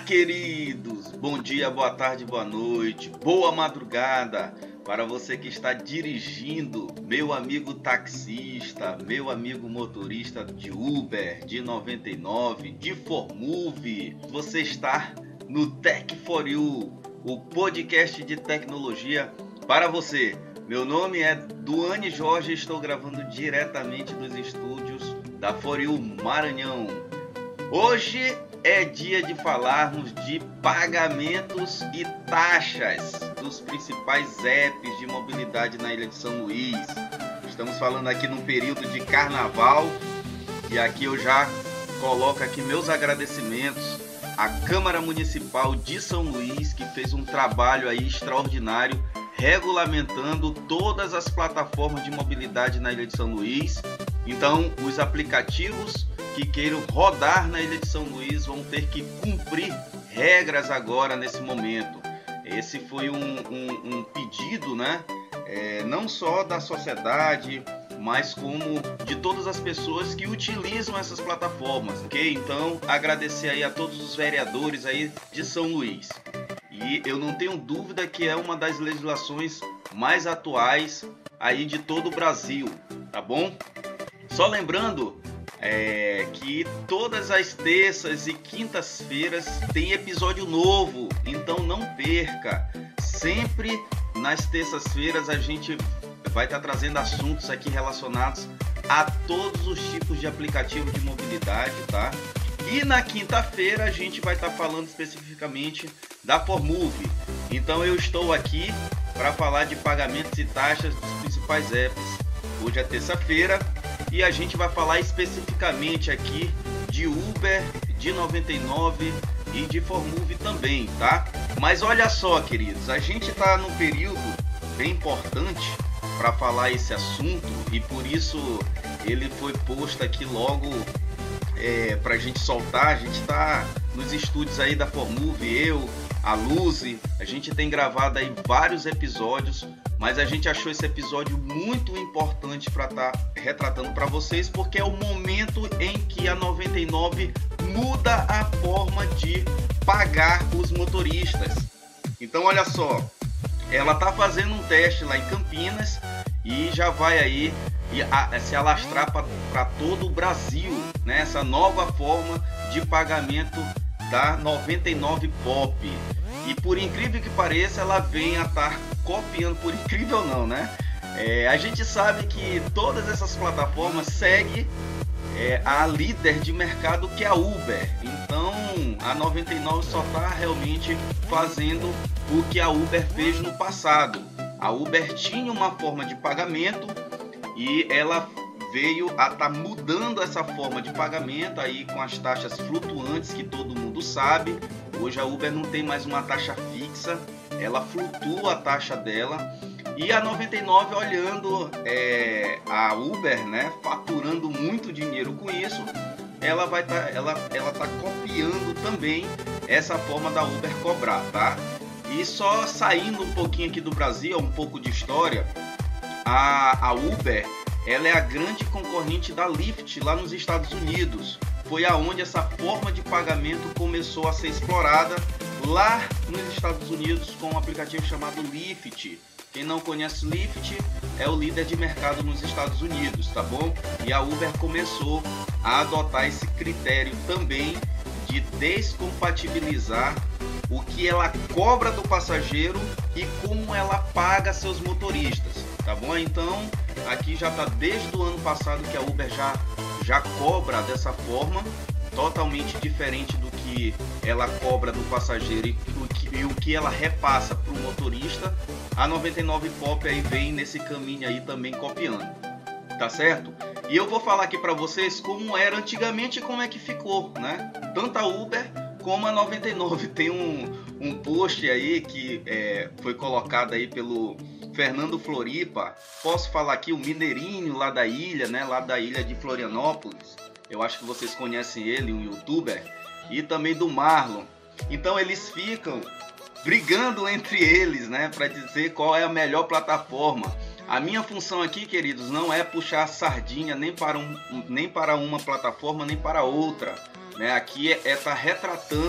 queridos! Bom dia, boa tarde, boa noite, boa madrugada para você que está dirigindo, meu amigo taxista, meu amigo motorista de Uber, de 99, de Formove. Você está no Tech4U, o podcast de tecnologia para você. Meu nome é Duane Jorge e estou gravando diretamente dos estúdios da 4U Maranhão. Hoje é dia de falarmos de pagamentos e taxas dos principais apps de mobilidade na Ilha de São Luís. Estamos falando aqui num período de carnaval e aqui eu já coloco aqui meus agradecimentos à Câmara Municipal de São Luís, que fez um trabalho aí extraordinário regulamentando todas as plataformas de mobilidade na Ilha de São Luís. Então, os aplicativos que queiram rodar na Ilha de São Luís vão ter que cumprir regras agora nesse momento. Esse foi um pedido, né? Não só da sociedade, mas como de todas as pessoas que utilizam essas plataformas, ok? Então, agradecer aí a todos os vereadores aí de São Luís. E eu não tenho dúvida que é uma das legislações mais atuais aí de todo o Brasil, tá bom? Só lembrando que todas as terças e quintas-feiras tem episódio novo, então não perca. Sempre nas terças-feiras a gente vai estar trazendo assuntos aqui relacionados a todos os tipos de aplicativo de mobilidade, tá? E na quinta-feira a gente vai estar falando especificamente da Formove. Então eu estou aqui para falar de pagamentos e taxas dos principais apps. Hoje é terça-feira e a gente vai falar especificamente aqui de Uber, de 99 e de Formove também, tá? Mas olha só, queridos, a gente está num período bem importante para falar esse assunto e por isso ele foi posto aqui logo para a gente soltar. A gente está nos estúdios aí da Formove, eu, a Luzi, a gente tem gravado aí vários episódios, mas a gente achou esse episódio muito importante para estar retratando para vocês, porque é o momento em que a 99 muda a forma de pagar os motoristas. Então olha só, ela está fazendo um teste lá em Campinas e já vai aí se alastrar para todo o Brasil, né? Essa nova forma de pagamento da 99 Pop. E por incrível que pareça, ela vem a estar copiando, por incrível não, né? A gente sabe que todas essas plataformas seguem a líder de mercado, que é a Uber. Então a 99 só está realmente fazendo o que a Uber fez no passado. A Uber tinha uma forma de pagamento e ela veio a estar mudando essa forma de pagamento aí com as taxas flutuantes que todo mundo sabe. Hoje a Uber não tem mais uma taxa fixa, ela flutua a taxa dela. E a 99 olhando a Uber, né, faturando muito dinheiro com isso, ela tá copiando também essa forma da Uber cobrar, tá? E só saindo um pouquinho aqui do Brasil, um pouco de história, a Uber, ela é a grande concorrente da Lyft lá nos Estados Unidos. Foi aonde essa forma de pagamento começou a ser explorada lá nos Estados Unidos com um aplicativo chamado Lyft. Quem não conhece Lyft é o líder de mercado nos Estados Unidos, tá bom? E a Uber começou a adotar esse critério também de descompatibilizar o que ela cobra do passageiro e como ela paga seus motoristas, tá bom? Então aqui já está desde o ano passado que a Uber já cobra dessa forma, totalmente diferente do que ela cobra do passageiro e o que ela repassa para o motorista. A 99 Pop aí vem nesse caminho aí também copiando, tá certo? E eu vou falar aqui para vocês como era antigamente e como é que ficou, né? Tanto a Uber como a 99. Tem um post aí que foi colocado aí pelo Fernando Floripa. Posso falar aqui, o mineirinho lá da ilha, né? Lá da ilha de Florianópolis. Eu acho que vocês conhecem ele, um youtuber. E também do Marlon. Então eles ficam brigando entre eles, né? Para dizer qual é a melhor plataforma. A minha função aqui, queridos, não é puxar a sardinha nem para uma plataforma nem para outra, né? Aqui é estar retratando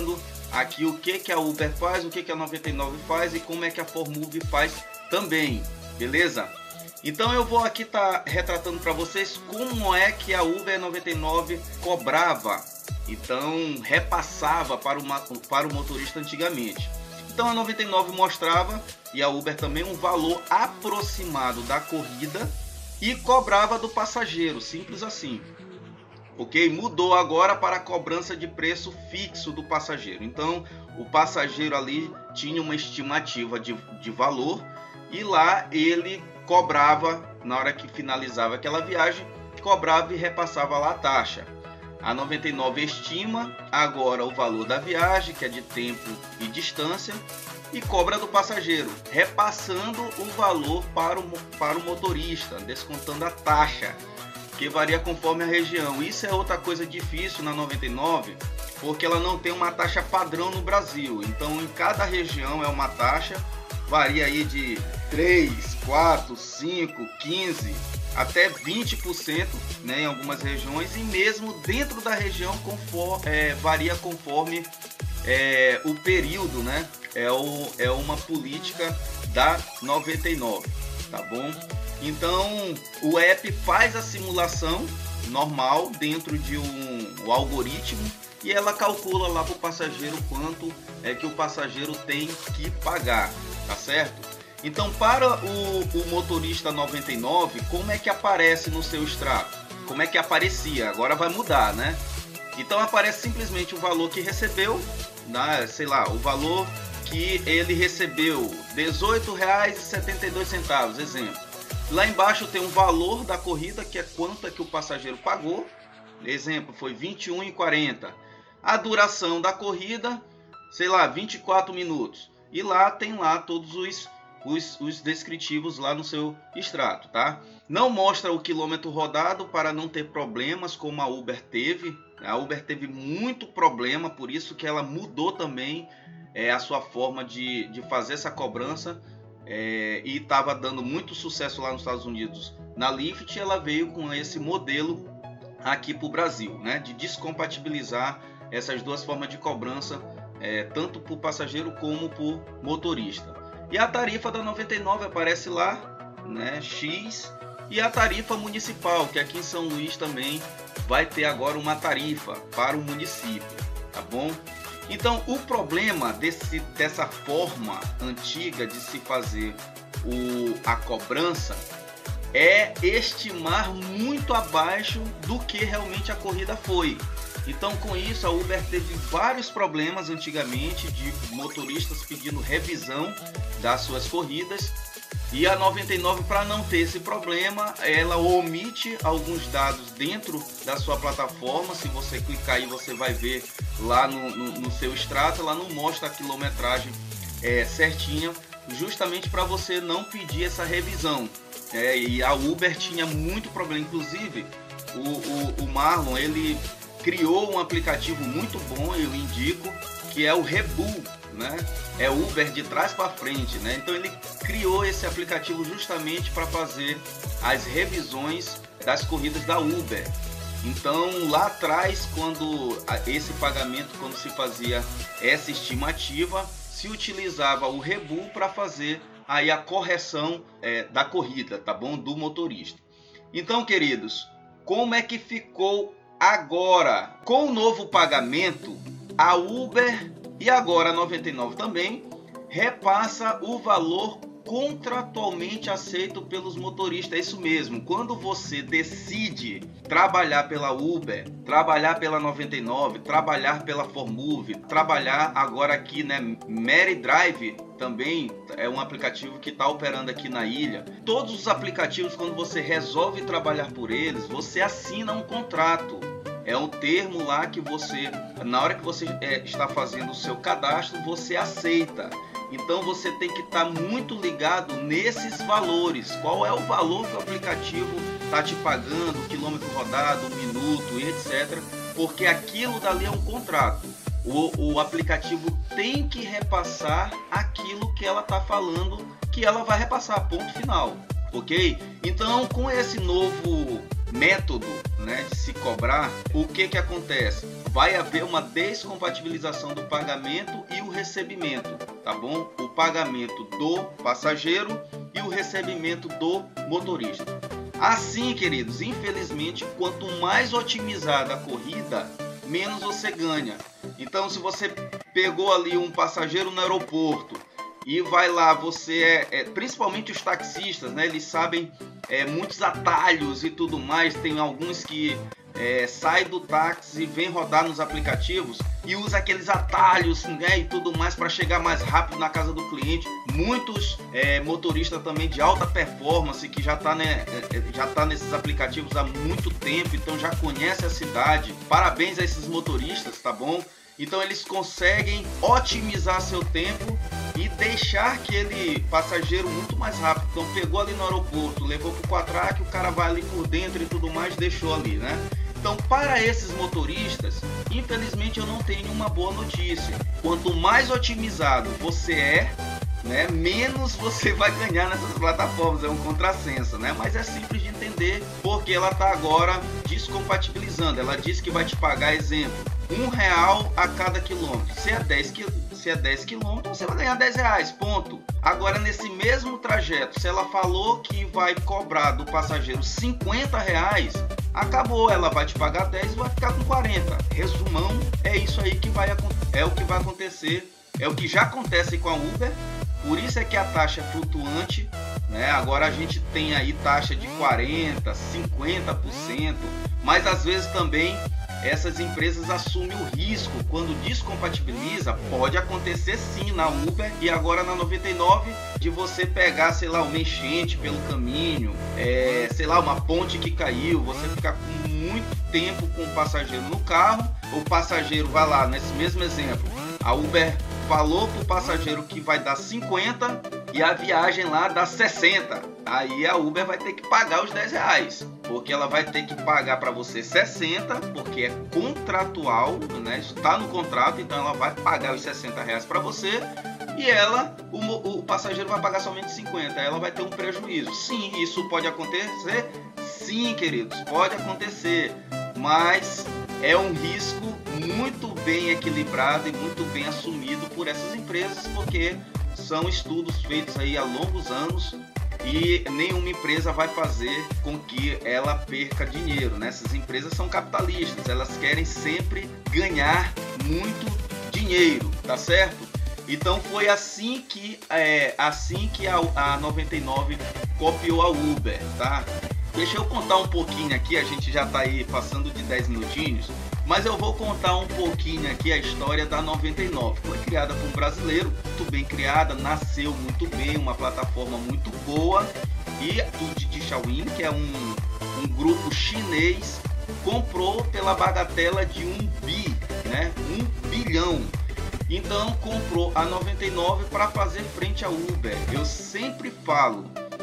aqui o que a Uber faz, o que a 99 faz e como é que a Formove faz também, beleza? Então eu vou aqui estar retratando para vocês como é que a Uber 99 cobrava, então repassava para o motorista antigamente. Então a 99 mostrava, e a Uber também, um valor aproximado da corrida e cobrava do passageiro, simples assim. Ok? Mudou agora para a cobrança de preço fixo do passageiro. Então o passageiro ali tinha uma estimativa de valor e lá ele cobrava, na hora que finalizava aquela viagem, cobrava e repassava lá a taxa. A 99 estima agora o valor da viagem, que é de tempo e distância, e cobra do passageiro, repassando o valor para o motorista, descontando a taxa, que varia conforme a região. Isso é outra coisa difícil na 99, porque ela não tem uma taxa padrão no Brasil. Então em cada região é uma taxa, varia aí de 3, 4, 5, 15 até 20%, né, em algumas regiões, e mesmo dentro da região varia conforme o período, né? É uma política da 99, tá bom? Então o app faz a simulação normal dentro de um algoritmo e ela calcula lá para o passageiro quanto é que o passageiro tem que pagar, tá certo? Então para o motorista 99, como é que aparece no seu extrato? Como é que aparecia? Agora vai mudar, né? Então aparece simplesmente o valor que recebeu, né? Sei lá, o valor que ele recebeu, R$18,72, exemplo. Lá embaixo tem um valor da corrida, que é quanto é que o passageiro pagou. Exemplo, foi R$21,40. A duração da corrida, sei lá, 24 minutos. E lá tem lá todos os descritivos lá no seu extrato, tá? Não mostra o quilômetro rodado para não ter problemas como a Uber teve. A Uber teve muito problema, por isso que ela mudou também a sua forma de fazer essa cobrança, e estava dando muito sucesso lá nos Estados Unidos na Lyft. Ela veio com esse modelo aqui para o Brasil, né, de descompatibilizar essas duas formas de cobrança, tanto para o passageiro como para o motorista. E a tarifa da 99 aparece lá, né, X, e a tarifa municipal, que aqui em São Luís também vai ter agora uma tarifa para o município, tá bom? Então o problema dessa forma antiga de se fazer a cobrança é estimar muito abaixo do que realmente a corrida foi. Então com isso a Uber teve vários problemas antigamente de motoristas pedindo revisão das suas corridas, e a 99, para não ter esse problema, ela omite alguns dados dentro da sua plataforma. Se você clicar aí, você vai ver lá no seu extrato, ela não mostra a quilometragem certinha, justamente para você não pedir essa revisão. E a Uber tinha muito problema, inclusive o Marlon, ele criou um aplicativo muito bom, eu indico, que é o Rebu, né? É Uber de trás para frente, né? Então ele criou esse aplicativo justamente para fazer as revisões das corridas da Uber. Então lá atrás, quando se fazia essa estimativa, se utilizava o Rebu para fazer aí a correção da corrida, tá bom? Do motorista. Então, queridos, como é que ficou agora? Com o novo pagamento, a Uber e agora a 99 também repassa o valor contratualmente aceito pelos motoristas. É isso mesmo. Quando você decide trabalhar pela Uber, trabalhar pela 99, trabalhar pela Formove, trabalhar agora aqui, né, MeriDrive também é um aplicativo que está operando aqui na ilha. Todos os aplicativos, quando você resolve trabalhar por eles, você assina um contrato. É um termo lá que você, na hora que você está fazendo o seu cadastro, você aceita. Então você tem que estar muito ligado nesses valores. Qual é o valor que o aplicativo está te pagando, o quilômetro rodado, o minuto e etc. Porque aquilo dali é um contrato. O aplicativo tem que repassar aquilo que ela está falando que ela vai repassar, ponto final. Ok? Então, com esse novo método, né, de se cobrar, o que acontece? vai haver uma descompatibilização do pagamento e o recebimento, tá bom? O pagamento do passageiro e o recebimento do motorista. Assim, queridos, infelizmente, quanto mais otimizada a corrida, menos você ganha. Então, se você pegou ali um passageiro no aeroporto e vai lá, você principalmente os taxistas, né? Eles sabem muitos atalhos e tudo mais. Tem alguns que sai do táxi e vem rodar nos aplicativos e usa aqueles atalhos, né, e tudo mais para chegar mais rápido na casa do cliente. Muitos motoristas também de alta performance que já tá nesses aplicativos há muito tempo, então já conhece a cidade. Parabéns a esses motoristas, tá bom? Então eles conseguem otimizar seu tempo e deixar aquele passageiro muito mais rápido. Então pegou ali no aeroporto, levou para o quatraque, o cara vai ali por dentro e tudo mais, deixou ali, né? Então, para esses motoristas, infelizmente eu não tenho uma boa notícia. Quanto mais otimizado você é, né, menos você vai ganhar nessas plataformas. É um contrassenso, né? Mas é simples de entender, porque ela está agora descompatibilizando. Ela diz que vai te pagar, exemplo, R$1 a cada quilômetro. Se é 10 quilômetros, você vai ganhar R$10, ponto. Agora, nesse mesmo trajeto, se ela falou que vai cobrar do passageiro R$50, acabou, ela vai te pagar 10 e vai ficar com 40. Resumão, é isso aí que é o que vai acontecer, é o que já acontece com a Uber. Por isso é que a taxa é flutuante, né? Agora a gente tem aí taxa de 40%, 50%, mas às vezes também essas empresas assumem o risco. Quando descompatibiliza, pode acontecer sim na Uber e agora na 99, de você pegar, sei lá, uma enchente pelo caminho, sei lá, uma ponte que caiu, você ficar com muito tempo com o passageiro no carro. O passageiro vai lá, nesse mesmo exemplo, a Uber falou para o passageiro que vai dar 50 e a viagem lá dá 60. Aí a Uber vai ter que pagar os R$10, porque ela vai ter que pagar para você 60, porque é contratual, né? Está no contrato, então ela vai pagar os R$60 para você e o passageiro vai pagar somente 50. Ela vai ter um prejuízo. Sim, isso pode acontecer? Sim, queridos, pode acontecer, mas é um risco muito bem equilibrado e muito bem assumido por essas empresas, porque são estudos feitos aí há longos anos e nenhuma empresa vai fazer com que ela perca dinheiro, né? Essas empresas são capitalistas, elas querem sempre ganhar muito dinheiro, tá certo? Então foi assim que a 99 copiou a Uber, tá? Deixa eu contar um pouquinho aqui, a gente já tá aí passando de 10 minutinhos, mas eu vou contar um pouquinho aqui a história da 99. Foi criada por um brasileiro, muito bem criada, nasceu muito bem, uma plataforma muito boa, e o Didi Chuxing, que é um grupo chinês, comprou pela bagatela de 1 bi, né? 1 bilhão. Então comprou a 99 para fazer frente à Uber. Eu sempre falo,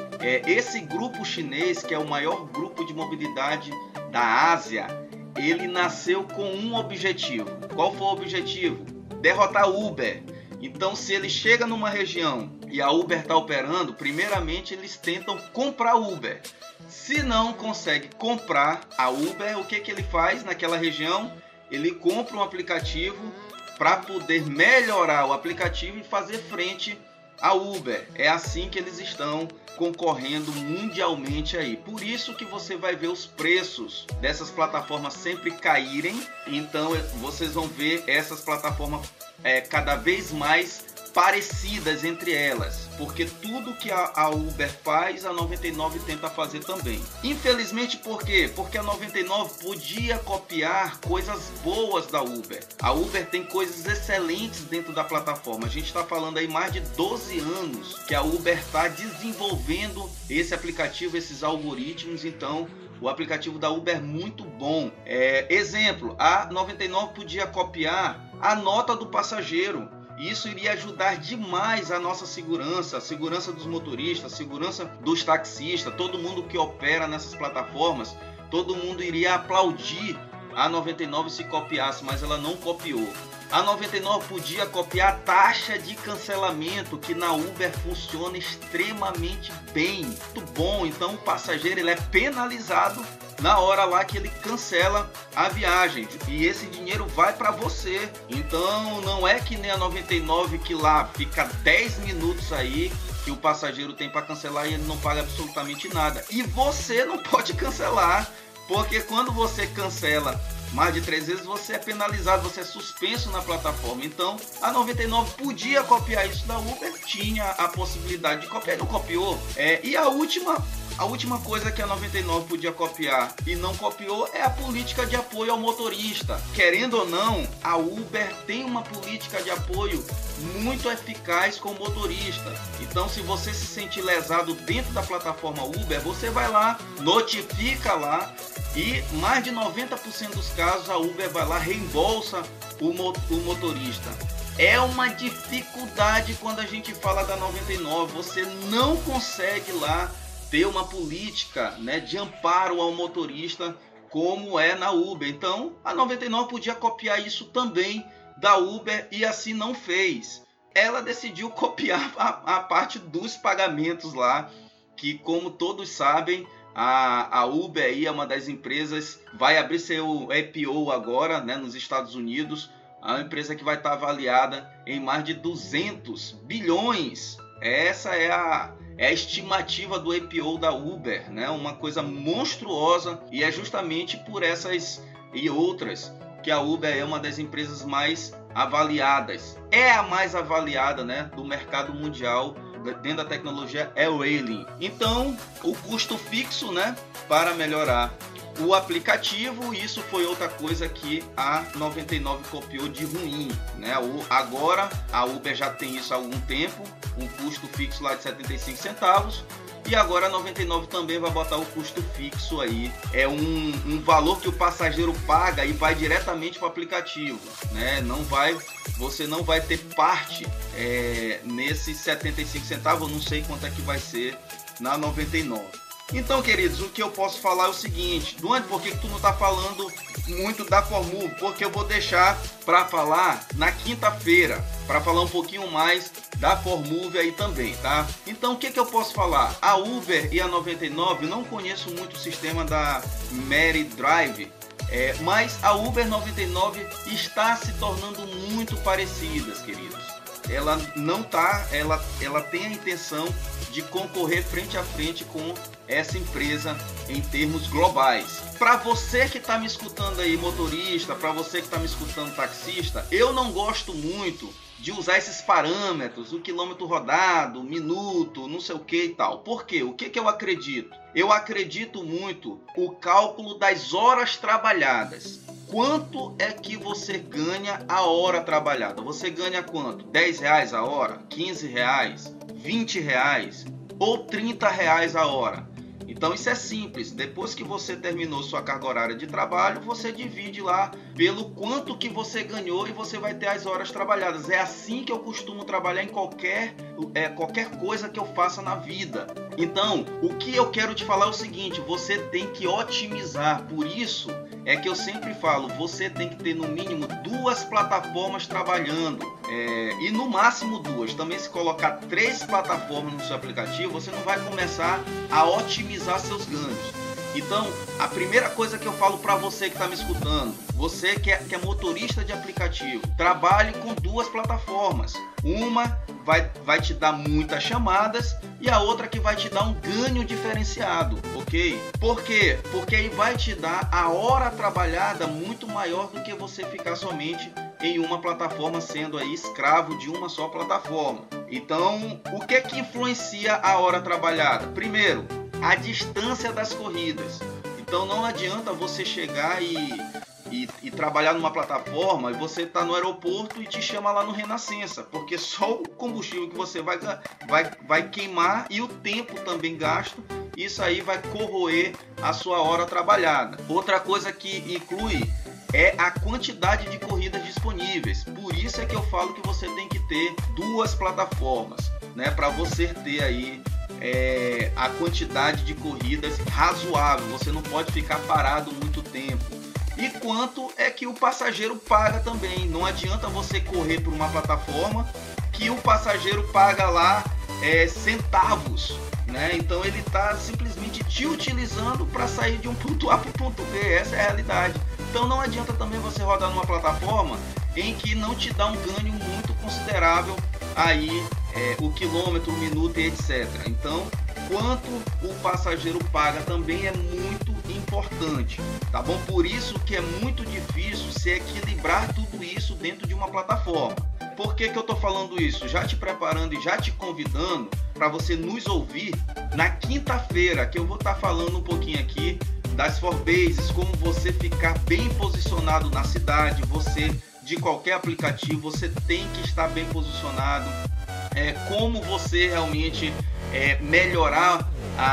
esse grupo chinês, que é o maior grupo de mobilidade da Ásia, ele nasceu com um objetivo. Qual foi o objetivo? Derrotar a Uber. Então, se ele chega numa região e a Uber está operando, primeiramente eles tentam comprar a Uber. Se não consegue comprar a Uber, o que ele faz naquela região? Ele compra um aplicativo para poder melhorar o aplicativo e fazer frente a Uber. É assim que eles estão concorrendo mundialmente aí. Por isso que você vai ver os preços dessas plataformas sempre caírem. Então vocês vão ver essas plataformas cada vez mais parecidas entre elas, porque tudo que a Uber faz, a 99 tenta fazer também. Infelizmente, por quê? Porque a 99 podia copiar coisas boas da Uber. A Uber tem coisas excelentes dentro da plataforma. A gente está falando aí mais de 12 anos que a Uber está desenvolvendo esse aplicativo, esses algoritmos. Então o aplicativo da Uber é muito bom. Exemplo, a 99 podia copiar a nota do passageiro. Isso iria ajudar demais a nossa segurança, a segurança dos motoristas, a segurança dos taxistas, todo mundo que opera nessas plataformas. Todo mundo iria aplaudir a 99 se copiasse, mas ela não copiou. A 99 podia copiar a taxa de cancelamento, que na Uber funciona extremamente bem, muito bom. Então o passageiro ele é penalizado na hora lá que ele cancela a viagem, e esse dinheiro vai para você. Então não é que nem a 99 que lá fica 10 minutos aí que o passageiro tem para cancelar e ele não paga absolutamente nada. E você não pode cancelar, porque quando você cancela mais de 3 vezes, você é penalizado, você é suspenso na plataforma. Então a 99 podia copiar isso da Uber, tinha a possibilidade de copiar, não copiou. E a última coisa que a 99 podia copiar e não copiou é a política de apoio ao motorista. Querendo ou não, a Uber tem uma política de apoio muito eficaz com o motorista. Então, se você se sentir lesado dentro da plataforma Uber, você vai lá, notifica lá, e mais de 90% dos casos a Uber vai lá, reembolsa o motorista. É uma dificuldade quando a gente fala da 99, você não consegue lá ter uma política, né, de amparo ao motorista como é na Uber. Então a 99 podia copiar isso também da Uber e assim não fez. Ela decidiu copiar a parte dos pagamentos lá, que como todos sabem, a Uber aí é uma das empresas, vai abrir seu IPO agora, né, nos Estados Unidos, a empresa que vai estar avaliada em mais de 200 bilhões. Essa é a estimativa do IPO da Uber, né? Uma coisa monstruosa, e é justamente por essas e outras que a Uber é uma das empresas mais avaliadas. É a mais avaliada, né, do mercado mundial dentro da tecnologia, é o Hailing. Então, o custo fixo, né, para melhorar o aplicativo, isso foi outra coisa que a 99 copiou de ruim, né? Agora a Uber já tem isso há algum tempo, um custo fixo lá de 75 centavos, e agora a 99 também vai botar o custo fixo aí, é um valor que o passageiro paga e vai diretamente para o aplicativo, né? Você não vai ter parte nesses 75 centavos, eu não sei quanto é que vai ser na 99. Então, queridos, o que eu posso falar é o seguinte: Duane, por que tu não está falando muito da ForMove? Porque eu vou deixar para falar na quinta-feira, para falar um pouquinho mais da ForMove aí também, tá? Então, o que eu posso falar? A Uber e a 99, não conheço muito o sistema da MeriDrive, mas a Uber 99 está se tornando muito parecidas, queridos. Ela não tá, ela tem a intenção de concorrer frente a frente com essa empresa em termos globais. Para você que está me escutando aí, motorista, para você que está me escutando, taxista, eu não gosto muito de usar esses parâmetros, o quilômetro rodado, minuto, não sei o que e tal. Por quê? O que eu acredito? Eu acredito muito o cálculo das horas trabalhadas. Quanto é que você ganha a hora trabalhada? Você ganha quanto? R$10 a hora? R$15? R$20? Ou R$30 a hora? Então isso é simples. Depois que você terminou sua carga horária de trabalho, você divide lá pelo quanto que você ganhou e você vai ter as horas trabalhadas. É assim que eu costumo trabalhar em qualquer coisa que eu faça na vida. Então, o que eu quero te falar é o seguinte: você tem que otimizar. Por isso é que eu sempre falo, você tem que ter no mínimo 2 plataformas trabalhando, e no máximo 2. Também, se colocar 3 plataformas no seu aplicativo, você não vai começar a otimizar seus ganhos. Então, a primeira coisa que eu falo para você que está me escutando, você que é motorista de aplicativo, trabalhe com 2 plataformas. Uma vai te dar muitas chamadas e a outra que vai te dar um ganho diferenciado, ok? Por quê? Porque aí vai te dar a hora trabalhada muito maior do que você ficar somente em uma plataforma, sendo aí escravo de uma só plataforma. Então, o que é que influencia a hora trabalhada? Primeiro, a distância das corridas. Então não adianta você chegar e trabalhar numa plataforma e você está no aeroporto e te chama lá no Renascença, porque só o combustível que você vai queimar e o tempo também gasto, isso aí vai corroer a sua hora trabalhada. Outra coisa que inclui é a quantidade de corridas disponíveis. Por isso é que eu falo que você tem que ter 2 plataformas, né, para você ter aí a quantidade de corridas razoável. Você não pode ficar parado muito tempo. E quanto é que o passageiro paga também. Não adianta você correr por uma plataforma que o passageiro paga lá centavos, né? Então ele está simplesmente te utilizando para sair de um ponto A para o ponto B. Essa é a realidade. Então não adianta também você rodar numa plataforma em que não te dá um ganho muito considerável aí, o quilômetro, o minuto e etc. Então, quanto o passageiro paga também é muito importante, tá bom? Por isso que é muito difícil se equilibrar tudo isso dentro de uma plataforma. Por que eu estou falando isso? Já te preparando e já te convidando para você nos ouvir na quinta-feira, que eu vou estar falando um pouquinho aqui das Forbases, como você ficar bem posicionado na cidade. Você, de qualquer aplicativo, você tem que estar bem posicionado, como você realmente melhorar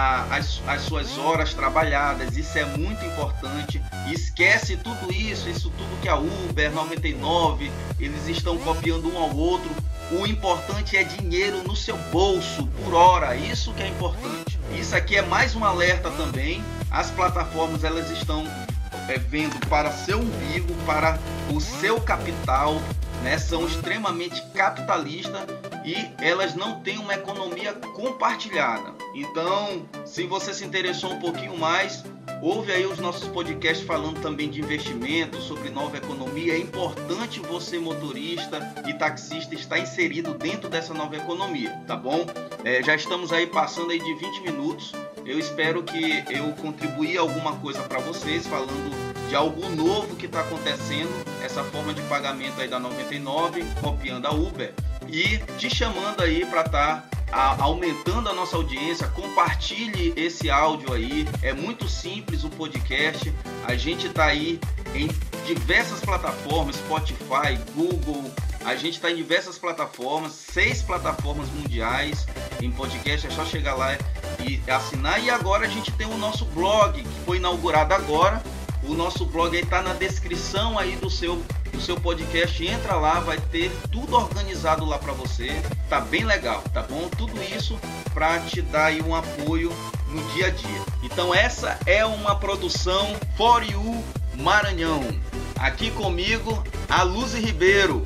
as suas horas trabalhadas. Isso é muito importante. Esquece tudo isso tudo que a Uber, 99, eles estão copiando um ao outro. O importante é dinheiro no seu bolso por hora, isso que é importante. Isso aqui é mais um alerta também. As plataformas, elas estão vendo para seu umbigo, para o seu capital, né? São extremamente capitalistas e elas não têm uma economia compartilhada. Então, se você se interessou um pouquinho mais, ouve aí os nossos podcasts falando também de investimento, sobre nova economia. É importante você, motorista e taxista, estar inserido dentro dessa nova economia, tá bom? Já estamos aí passando aí de 20 minutos. Eu espero que eu contribuí alguma coisa para vocês, falando de algo novo que está acontecendo, essa forma de pagamento aí da 99, copiando a Uber, e te chamando aí para estar aumentando a nossa audiência. Compartilhe esse áudio aí, é muito simples o podcast. A gente está aí em diversas plataformas, Spotify, Google, a gente está em diversas plataformas, 6 plataformas mundiais em podcast. É só chegar lá e assinar. E agora a gente tem o nosso blog, que foi inaugurado agora. O nosso blog aí está na descrição aí do seu podcast. Entra lá, vai ter tudo organizado lá para você. Tá bem legal, tá bom? Tudo isso para te dar aí um apoio no dia a dia. Então essa é uma produção For You Maranhão. Aqui comigo a Luzi Ribeiro.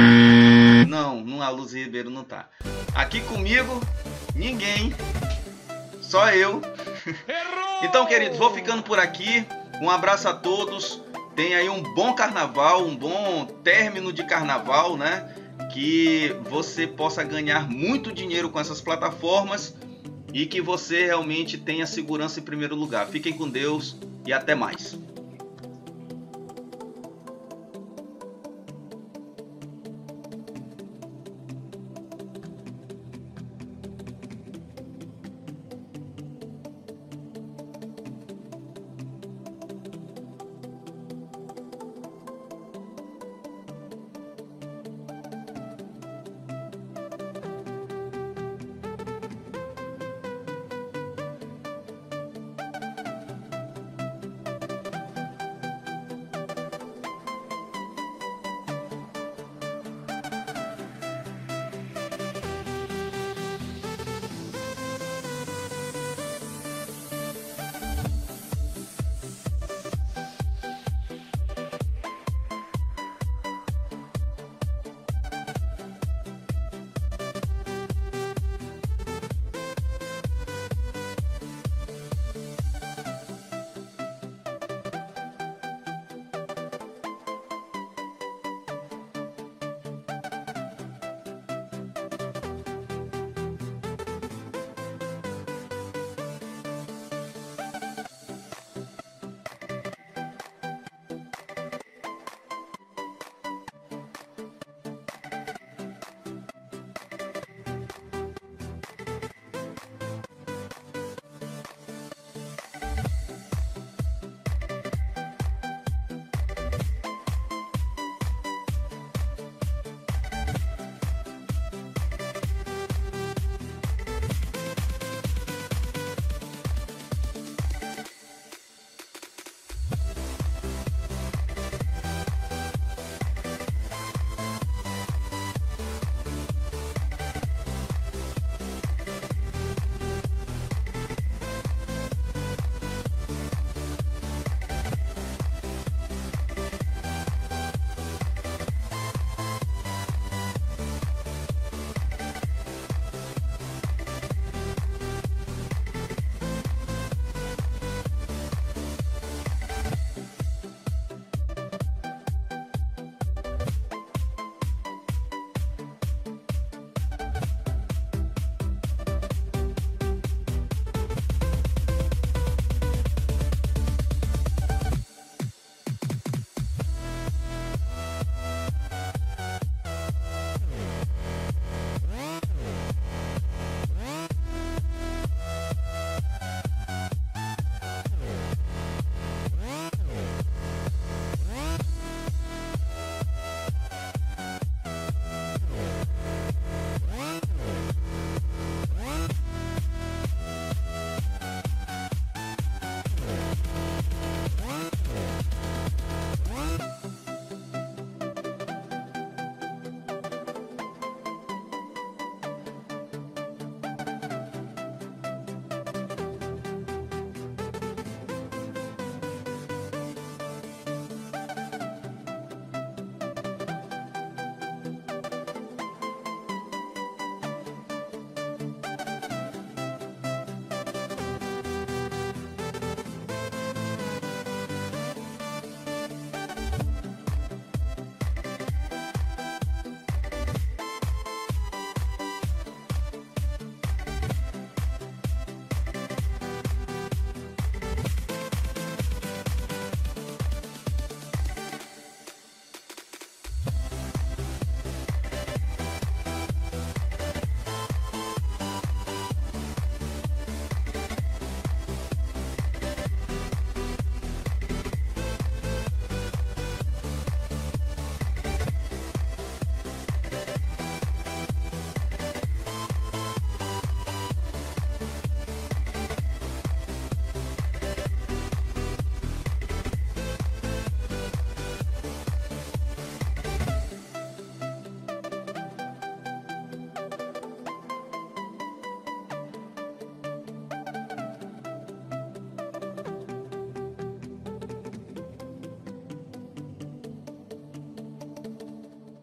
Não, a Luzi Ribeiro não tá. Aqui comigo ninguém, só eu. Então, queridos, vou ficando por aqui. Um abraço a todos. Tenha aí um bom carnaval, um bom término de carnaval, né? Que você possa ganhar muito dinheiro com essas plataformas e que você realmente tenha segurança em primeiro lugar. Fiquem com Deus e até mais.